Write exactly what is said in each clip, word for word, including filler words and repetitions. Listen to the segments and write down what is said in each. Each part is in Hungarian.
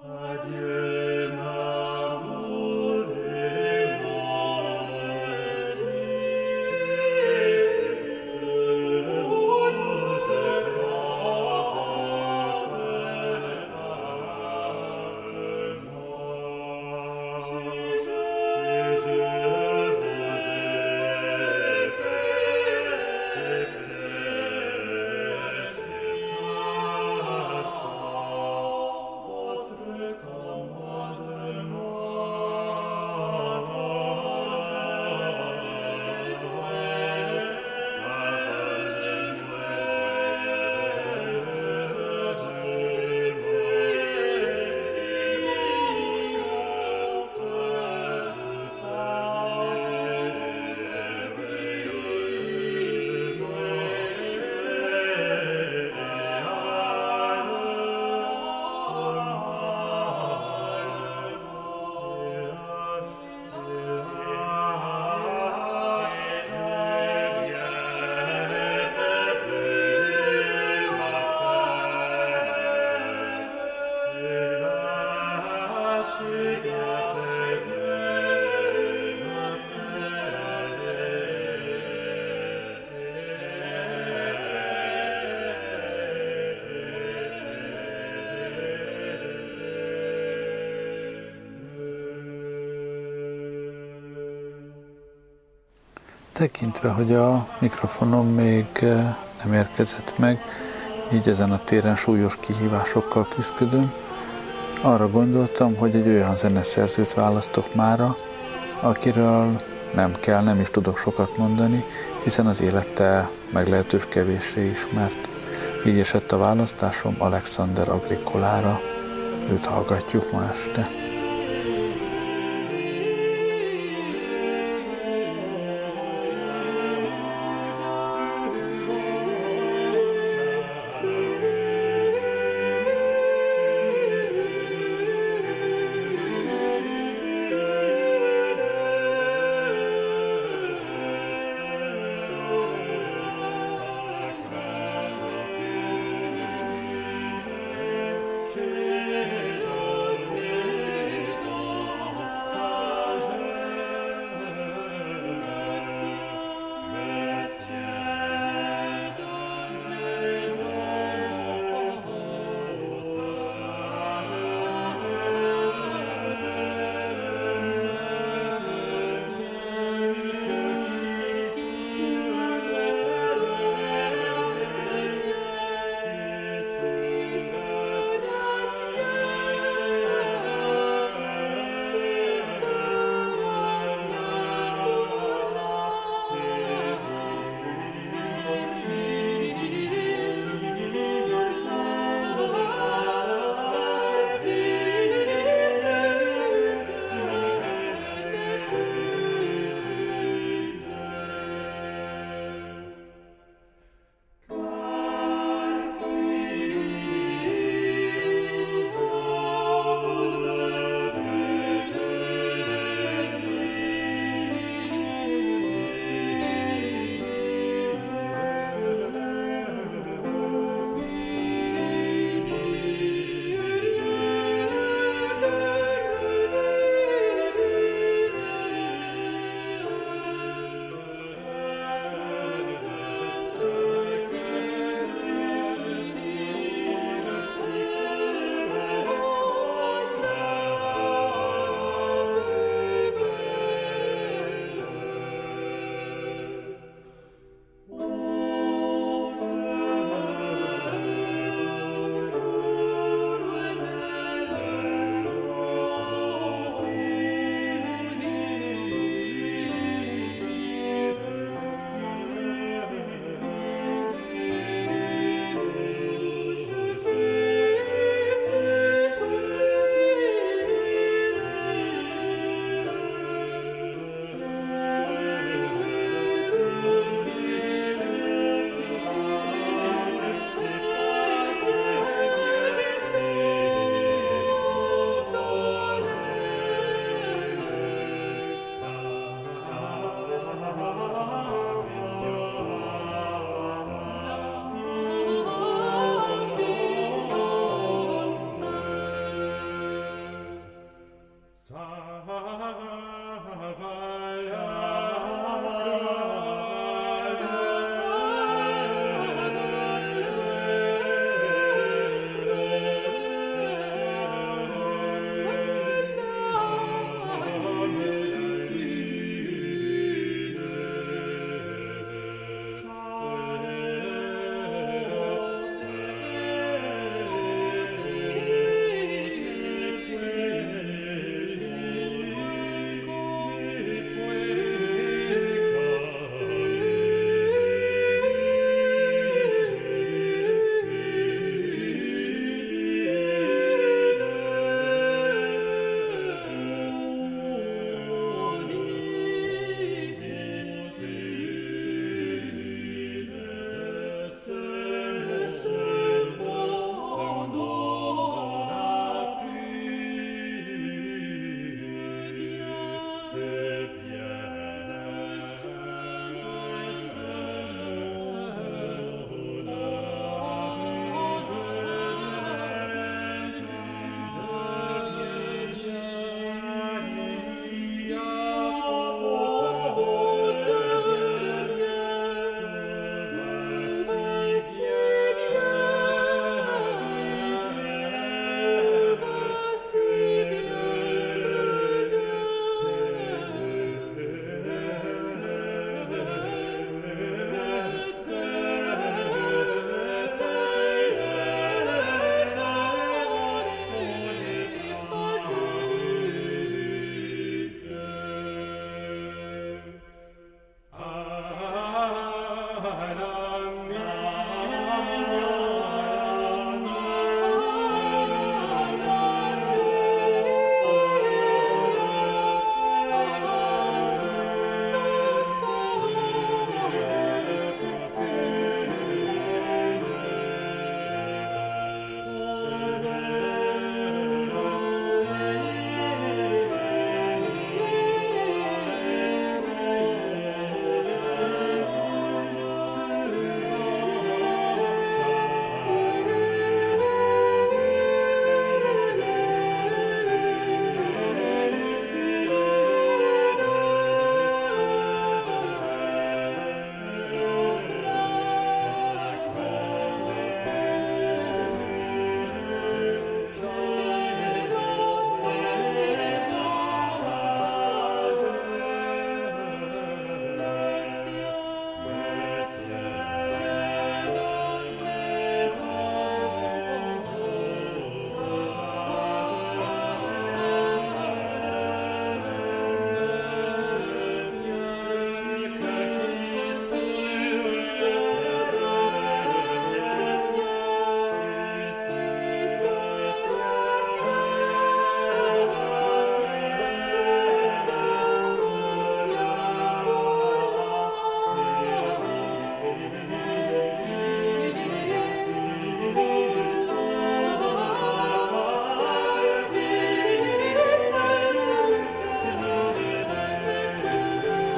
Tekintve, hogy a mikrofonom még nem érkezett meg, így ezen a téren súlyos kihívásokkal küzdködöm, arra gondoltam, hogy egy olyan zeneszerzőt választok mára, akiről nem kell, nem is tudok sokat mondani, hiszen az élete meglehetős kevéssé ismert. Így esett a választásom Alexander Agricolára. Őt hallgatjuk ma este. She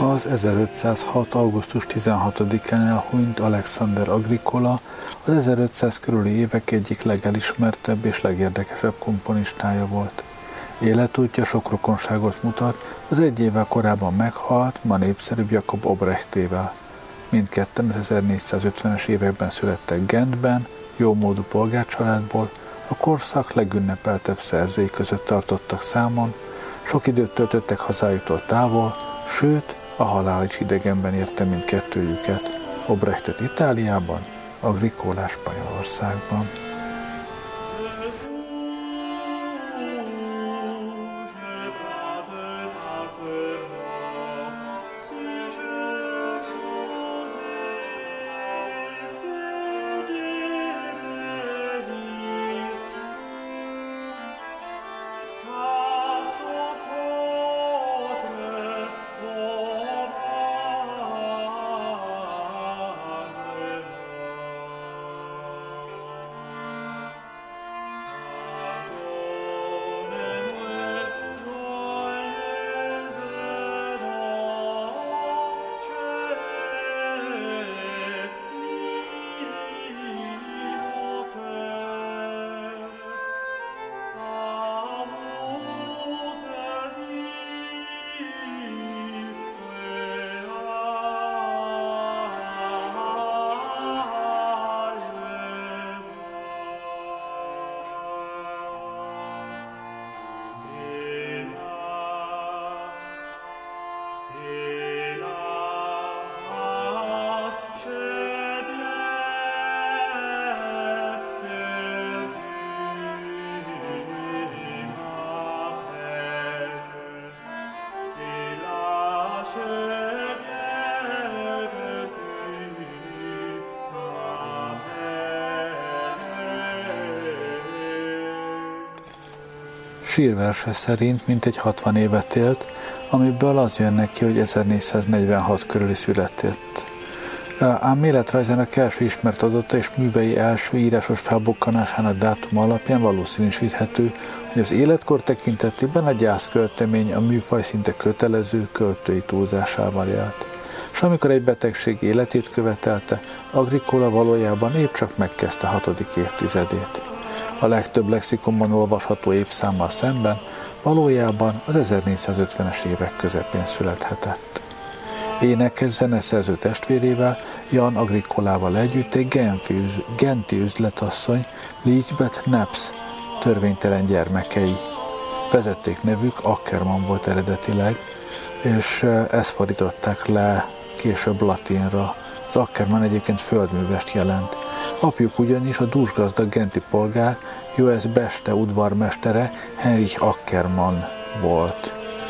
Az ezerötszázhat. augusztus tizenhatodikán elhunyt Alexander Agricola az ezerötszáz körüli évek egyik legelismertebb és legérdekesebb komponistája volt. Életútja sok rokonságot mutat az egy évvel korábban meghalt, ma népszerűbb Jakob Obrechtével. Mindketten az ezernégyszázötvenes években születtek Gentben, jómódú polgárcsaládból, a korszak legünnepeltebb szerzői között tartottak számon, sok időt töltöttek hazájuktól távol, sőt, a halál is idegenben érte mindkettőjüket. Obrechtet Itáliában, Agricolát Spanyolországban. Sírverse szerint mintegy hatvan évet élt, amiből az jön neki, hogy ezernégyszáznegyvenhat körüli született. Ám életrajzának első ismert adata és művei első írásos felbukkanásának dátum alapján valószínűsíthető, hogy az életkor tekintetében a gyászköltemény a műfaj szinte kötelező költői túlzásával járt. És amikor egy betegség életét követelte, Agricola valójában épp csak megkezdte hatodik évtizedét. A legtöbb lexikonban olvasható évszámmal szemben valójában az ezernégyszázötvenes évek közepén születhetett. Énekes zeneszerző testvérével, Jan Agricolával együtt egy genfi, genti üzletasszony, Lisbeth Naps törvénytelen gyermekei. Vezették nevük Ackermann volt eredetileg, és ezt fordították le később latinra. Az Ackermann egyébként földművest jelent. Apjuk ugyanis a dúsgazdag genti polgár, Joes Beste udvarmestere, Heinrich Ackermann volt.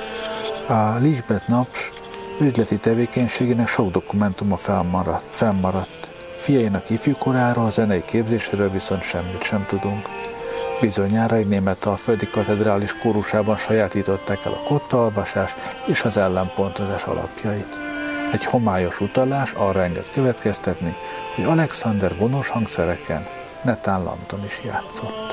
A Lisbeth Naps üzleti tevékenységének sok dokumentuma felmaradt. fennmaradt. Fiainak ifjúkoráról, a zenei képzéséről viszont semmit sem tudunk. Bizonyára egy német alföldi katedrális kórusában sajátították el a kottalvasás és az ellenpontozás alapjait. Egy homályos utalás arra enged következtetni, hogy Alexander vonós hangszereken, netán Landon is játszott.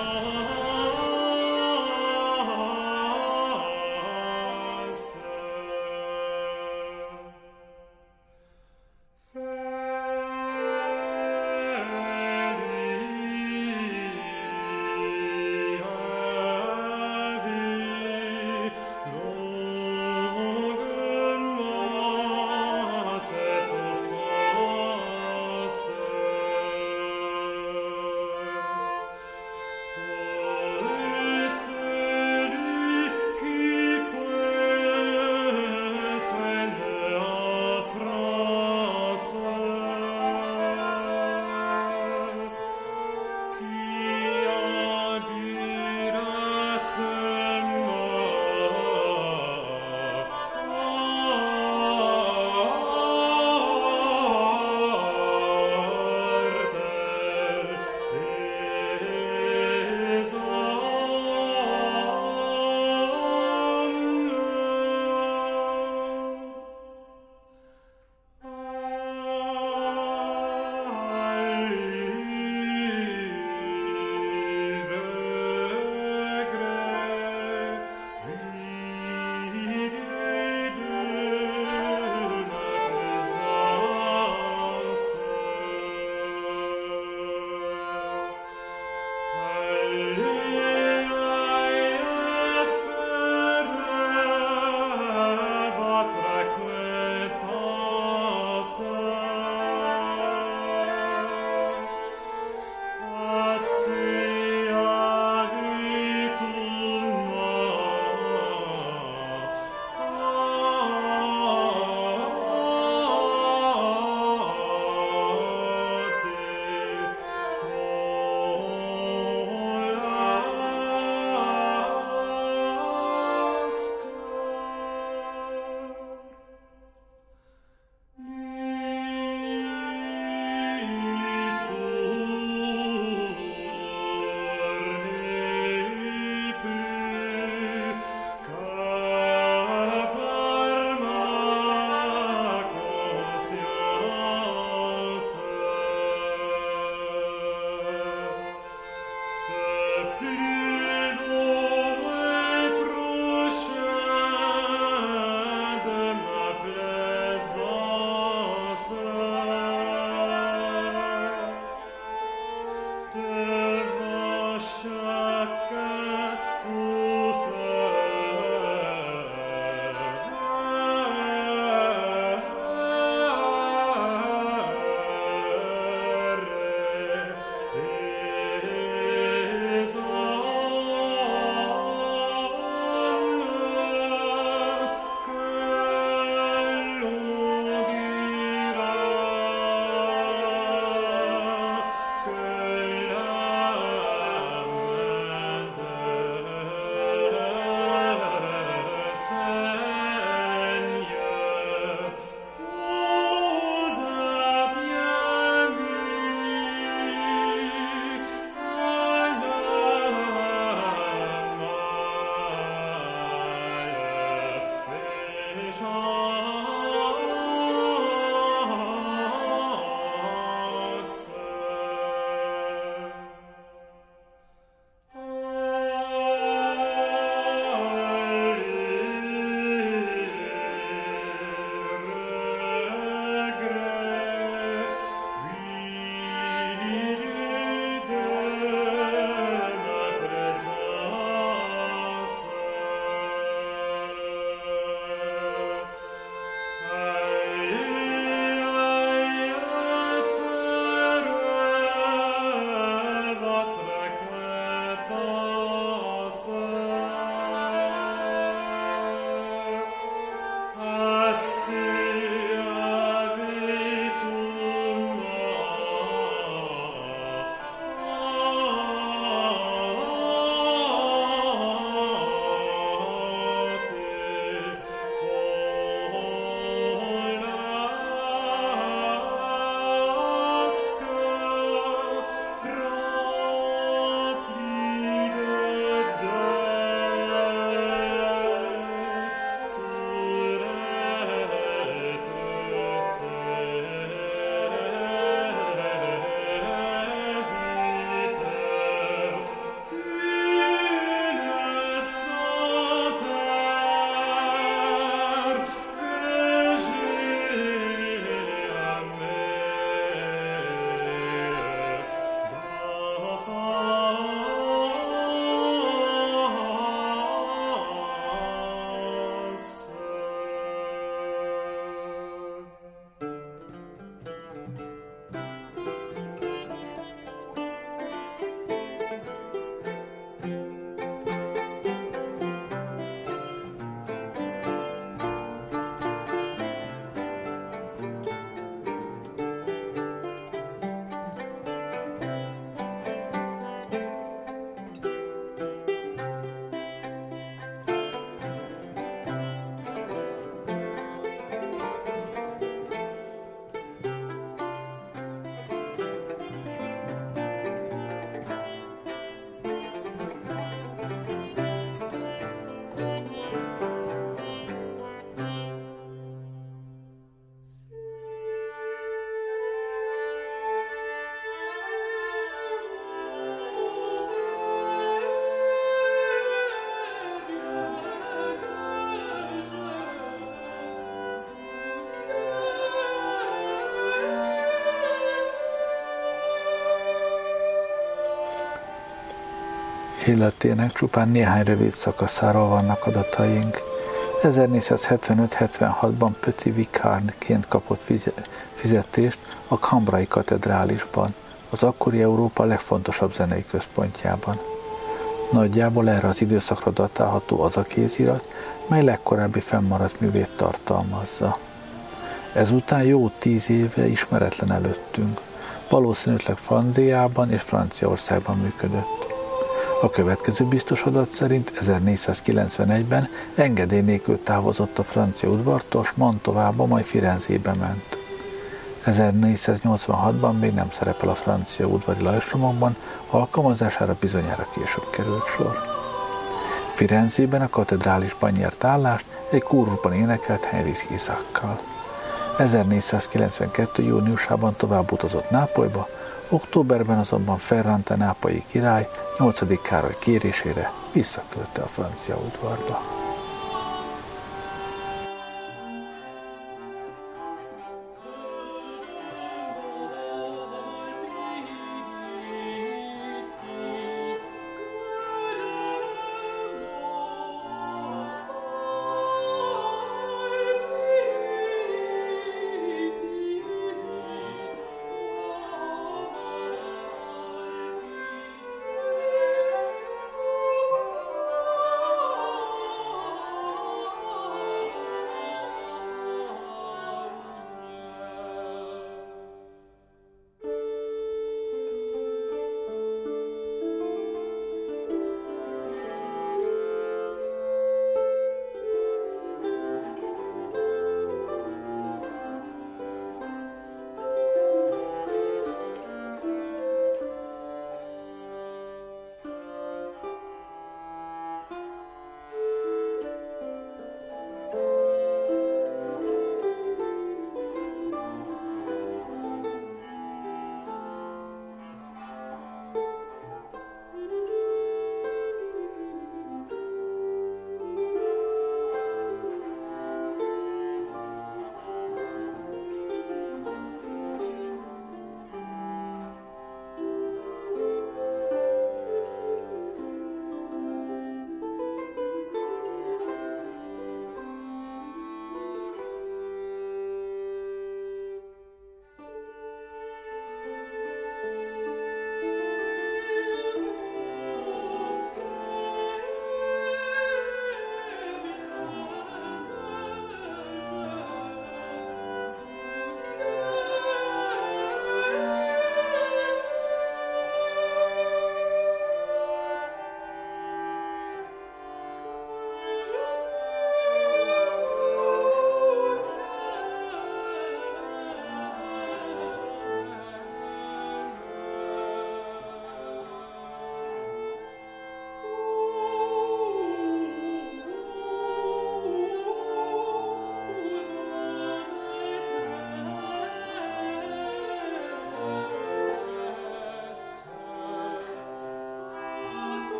életének csupán néhány rövid szakaszáról vannak adataink. ezernégyszázhetvenöt-hetvenhatban Petit Vicarként kapott fizetést a Cambrai katedrálisban, az akkori Európa legfontosabb zenei központjában. Nagyjából erre az időszakra datálható az a kézirat, mely legkorábbi fennmaradt művét tartalmazza. Ezután jó tíz éve ismeretlen előttünk, valószínűleg Flandriában és Franciaországban működött. A következő biztos adat szerint ezernégyszázkilencvenegyben engedély nélkül távozott a francia udvartól, s Mantovába, majd Firenzébe ment. ezernégyszáznyolcvanhatban még nem szerepel a francia udvari lajstromokban, alkalmazására bizonyára később került sor. Firenzében a katedrálisban nyert állást, egy kórusban énekelt Henry Isaac-kal. ezernégyszázkilencvenkettő. júniusában tovább utazott Nápolyba, októberben azonban Ferrante nápolyi király nyolcadik Károly kérésére visszaküldte a francia udvarba.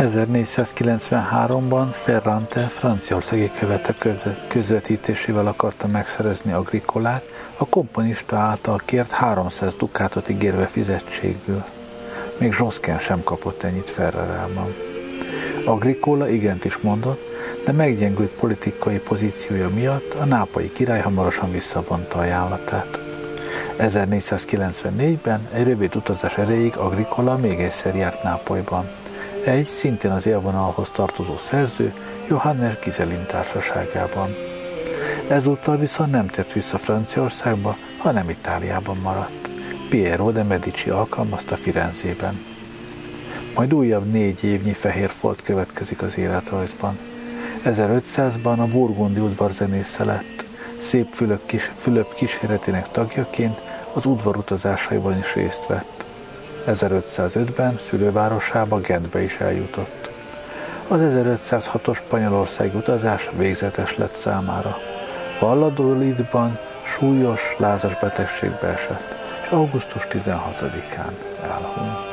ezernégyszázkilencvenháromban Ferrante franciaországi követe közvetítésével akarta megszerezni Agricolát, a komponista által kért háromszáz dukátot ígérve fizetségül. Még Josquin sem kapott ennyit Ferrarában. Agricola igent is mondott, de meggyengült politikai pozíciója miatt a nápolyi király hamarosan visszavonta ajánlatát. ezernégyszázkilencvennégyben egy rövid utazás erejéig Agricola még egyszer járt Nápolyban. Egy szintén az élvonalhoz tartozó szerző, Johannes Giselin társaságában. Ezúttal viszont nem tért vissza Franciaországba, hanem Itáliában maradt. Piero de Medici alkalmazta Firenzében. Majd újabb négy évnyi fehér folt következik az életrajzban. ezerötszázban a burgundi udvarzenésze lett, szép Fülöp, kis, Fülöp kíséretének tagjaként az udvarutazásaiban is részt vett. ezerötszázötben szülővárosába, Gentbe is eljutott. Az ezerötszázhatos spanyolországi utazás végzetes lett számára. Valladolidban súlyos, lázas betegségbe esett, és augusztus tizenhatodikán elhunyt.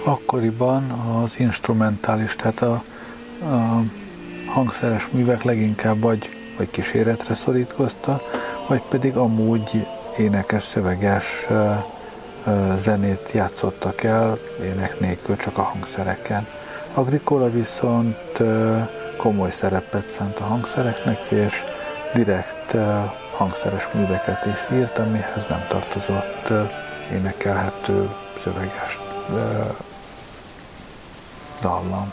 akkoriban az instrumentális, tehát a, a hangszeres művek leginkább vagy, vagy kíséretre szorítkozta, vagy pedig amúgy énekes, szöveges zenét játszottak el, ének nélkül, csak a hangszereken. Agricola viszont komoly szerepet szánt a hangszereknek, és direkt hangszeres műveket is írt, amihez nem tartozott énekelhető szöveges dallam.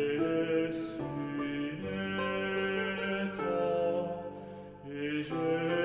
Je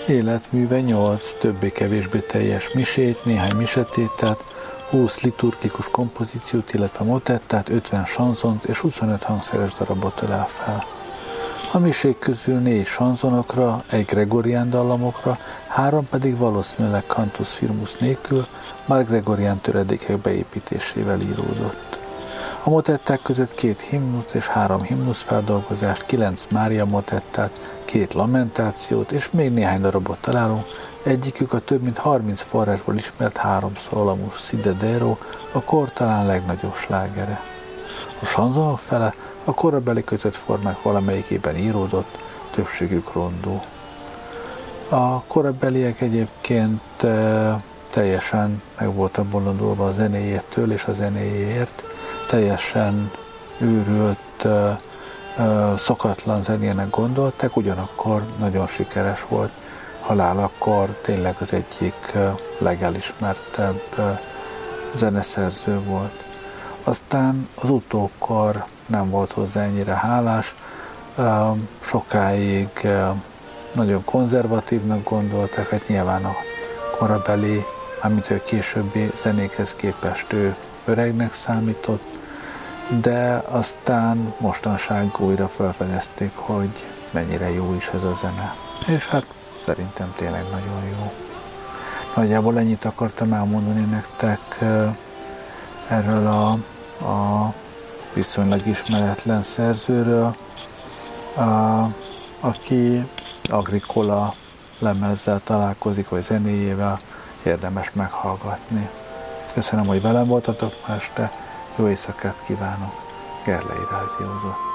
Életműve nyolc többé-kevésbé teljes misét, néhány misetételt, húsz liturgikus kompozíciót, illetve motettát, ötven sanzont és huszonöt hangszeres darabot ölel fel. A misék közül négy sanzonokra, egy gregorián dallamokra, három pedig valószínűleg cantus firmus nélkül, már gregorián töredékek beépítésével íródott. A motetták között két himnuszt és három himnusz feldolgozást, kilenc Mária motettát, két lamentációt és még néhány darabot találunk, egyikük a több mint harminc forrásból ismert háromszólamú Sidedero, a kor talán legnagyobb slágere. A sanzonok fele a korabeli kötött formák valamelyikében íródott, többségük rondó. A korabeliek egyébként e, teljesen meg voltak bolondulva a zenéjétől és a zenéjéért, teljesen őrült, e, e, szokatlan zenének gondolták, ugyanakkor nagyon sikeres volt. Halálakor tényleg az egyik legelismertebb zeneszerző volt. Aztán az utókor nem volt hozzá ennyire hálás, sokáig nagyon konzervatívnak gondolták, hát nyilván a korabeli, amit ő későbbi zenékhez képest ő öregnek számított, de aztán mostanság újra felfedezték, hogy mennyire jó is ez a zene. És hát szerintem tényleg nagyon jó. Nagyjából ennyit akartam elmondani nektek erről a, a viszonylag ismeretlen szerzőről, a, aki Agricola lemezzel találkozik, vagy zenéjével, érdemes meghallgatni. Köszönöm, hogy velem voltatok ma este, jó éjszakát kívánok, Gerlei Rádiózott.